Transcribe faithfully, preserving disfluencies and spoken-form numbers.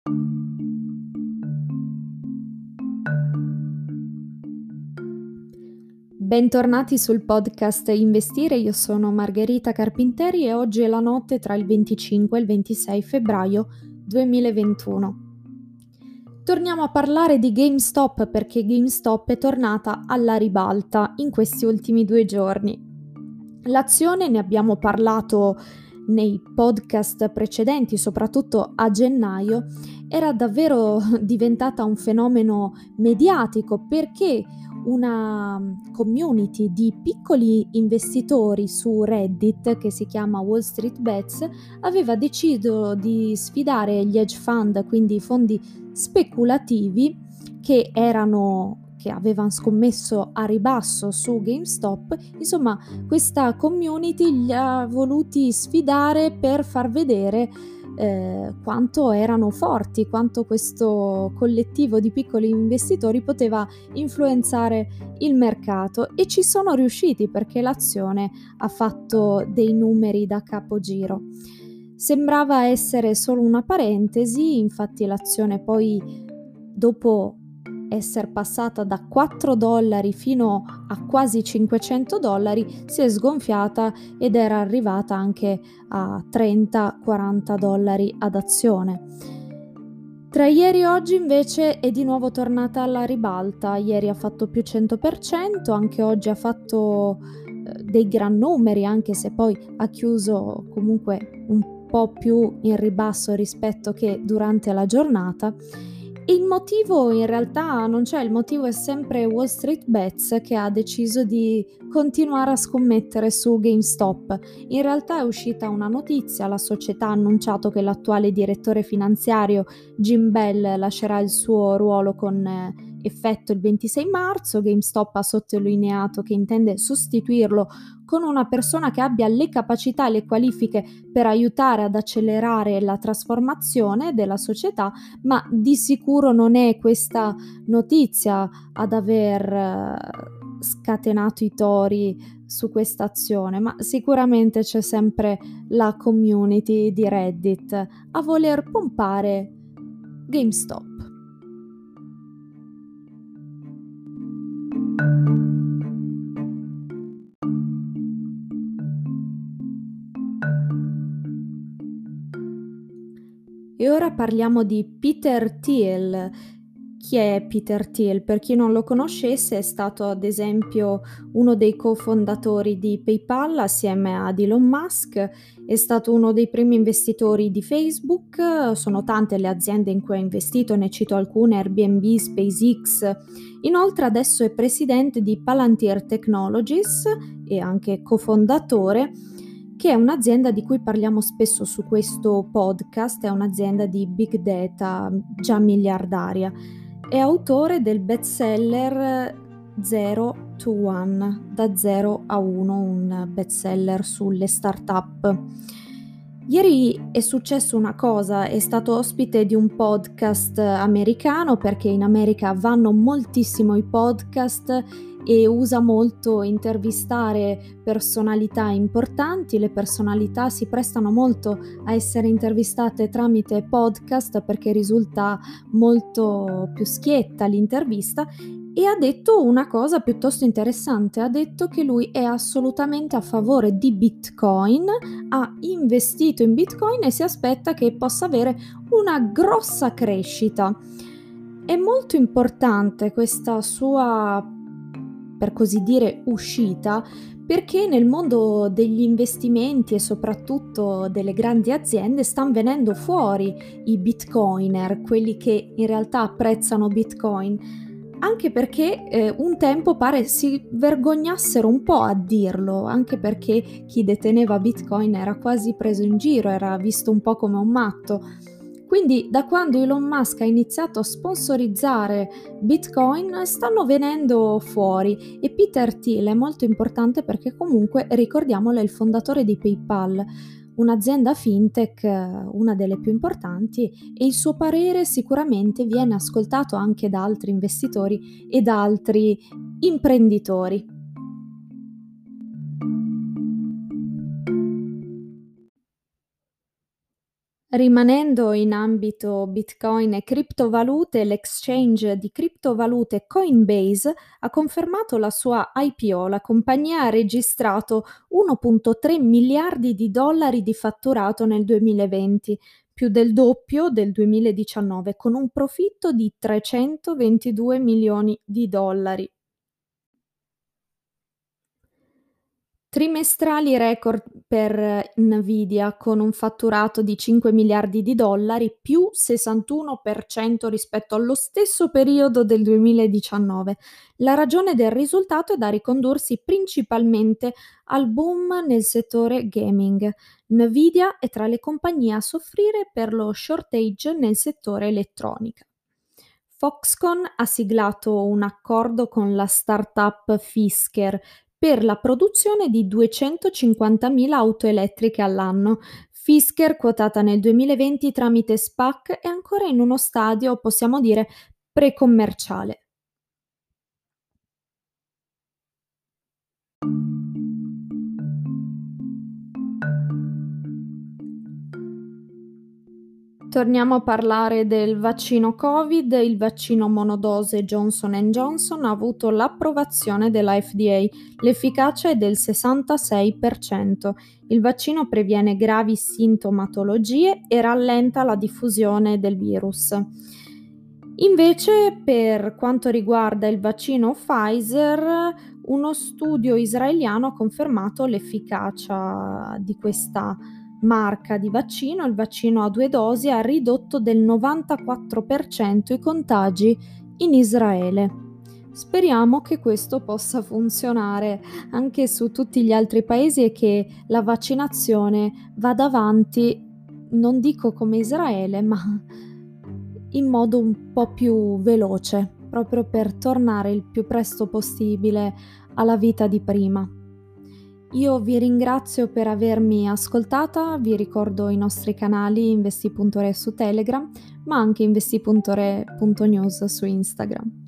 Bentornati sul podcast Investire, io sono Margherita Carpinteri e oggi è la notte tra il venticinque e il ventisei febbraio duemilaventuno. Torniamo a parlare di GameStop perché GameStop è tornata alla ribalta in questi ultimi due giorni. L'azione, ne abbiamo parlato nei podcast precedenti, soprattutto a gennaio, era davvero diventata un fenomeno mediatico perché una community di piccoli investitori su Reddit che si chiama Wall Street Bets aveva deciso di sfidare gli hedge fund, quindi i fondi speculativi che erano che avevano scommesso a ribasso su GameStop. Insomma, questa community li ha voluti sfidare per far vedere eh, quanto erano forti, quanto questo collettivo di piccoli investitori poteva influenzare il mercato, e ci sono riusciti perché l'azione ha fatto dei numeri da capogiro. Sembrava essere solo una parentesi, infatti l'azione poi, dopo essere passata da quattro dollari fino a quasi cinquecento dollari, si è sgonfiata ed era arrivata anche a trenta quaranta dollari ad azione. Tra ieri e oggi invece è di nuovo tornata alla ribalta. Ieri ha fatto più cento per cento, anche oggi ha fatto eh, dei gran numeri, anche se poi ha chiuso comunque un po' più in ribasso rispetto che durante la giornata. Il motivo in realtà non c'è, il motivo è sempre Wall Street Bets, che ha deciso di continuare a scommettere su GameStop. In realtà è uscita una notizia, la società ha annunciato che l'attuale direttore finanziario Jim Bell lascerà il suo ruolo con eh, effetto il ventisei marzo. GameStop ha sottolineato che intende sostituirlo con una persona che abbia le capacità e le qualifiche per aiutare ad accelerare la trasformazione della società, ma di sicuro non è questa notizia ad aver eh, scatenato i tori su questa azione, ma sicuramente c'è sempre la community di Reddit a voler pompare GameStop. E ora parliamo di Peter Thiel. Chi è Peter Thiel? Per chi non lo conoscesse, è stato ad esempio uno dei cofondatori di PayPal assieme ad Elon Musk, è stato uno dei primi investitori di Facebook, sono tante le aziende in cui ha investito, ne cito alcune: Airbnb, SpaceX. Inoltre adesso è presidente di Palantir Technologies e anche cofondatore, che è un'azienda di cui parliamo spesso su questo podcast, è un'azienda di big data già miliardaria. È autore del bestseller Zero to One, da zero a uno, un bestseller sulle start-up. Ieri è successo una cosa, è stato ospite di un podcast americano, perché in America vanno moltissimo i podcast e usa molto intervistare personalità importanti. Le personalità si prestano molto a essere intervistate tramite podcast perché risulta molto più schietta l'intervista, e ha detto una cosa piuttosto interessante. Ha detto che lui è assolutamente a favore di Bitcoin, ha investito in Bitcoin e si aspetta che possa avere una grossa crescita. È molto importante questa sua, per così dire, uscita, perché nel mondo degli investimenti e soprattutto delle grandi aziende stanno venendo fuori i bitcoiner, quelli che in realtà apprezzano Bitcoin, anche perché eh, un tempo pare si vergognassero un po' a dirlo, anche perché chi deteneva Bitcoin era quasi preso in giro, era visto un po' come un matto. Quindi da quando Elon Musk ha iniziato a sponsorizzare Bitcoin stanno venendo fuori, e Peter Thiel è molto importante perché comunque, ricordiamolo, è il fondatore di PayPal, un'azienda fintech, una delle più importanti, e il suo parere sicuramente viene ascoltato anche da altri investitori e da altri imprenditori. Rimanendo in ambito Bitcoin e criptovalute, l'exchange di criptovalute Coinbase ha confermato la sua I P O. La compagnia ha registrato uno virgola tre miliardi di dollari di fatturato nel duemilaventi, più del doppio del duemiladiciannove, con un profitto di trecentoventidue milioni di dollari. Trimestrali record per Nvidia, con un fatturato di cinque miliardi di dollari, più sessantuno per cento rispetto allo stesso periodo del duemiladiciannove. La ragione del risultato è da ricondursi principalmente al boom nel settore gaming. Nvidia è tra le compagnie a soffrire per lo shortage nel settore elettronica. Foxconn ha siglato un accordo con la startup Fisker per la produzione di duecentocinquantamila auto elettriche all'anno. Fisker, quotata nel duemilaventi tramite SPAC, è ancora in uno stadio, possiamo dire, pre-commerciale. Torniamo a parlare del vaccino Covid. Il vaccino monodose Johnson and Johnson ha avuto l'approvazione della F D A. L'efficacia è del sessantasei per cento. Il vaccino previene gravi sintomatologie e rallenta la diffusione del virus. Invece, per quanto riguarda il vaccino Pfizer, uno studio israeliano ha confermato l'efficacia di questa marca di vaccino. Il vaccino a due dosi ha ridotto del novantaquattro per cento i contagi in Israele. Speriamo che questo possa funzionare anche su tutti gli altri paesi e che la vaccinazione vada avanti, non dico come Israele, ma in modo un po' più veloce, proprio per tornare il più presto possibile alla vita di prima. Io vi ringrazio per avermi ascoltata, vi ricordo i nostri canali investi punto re su Telegram, ma anche investi punto re punto news su Instagram.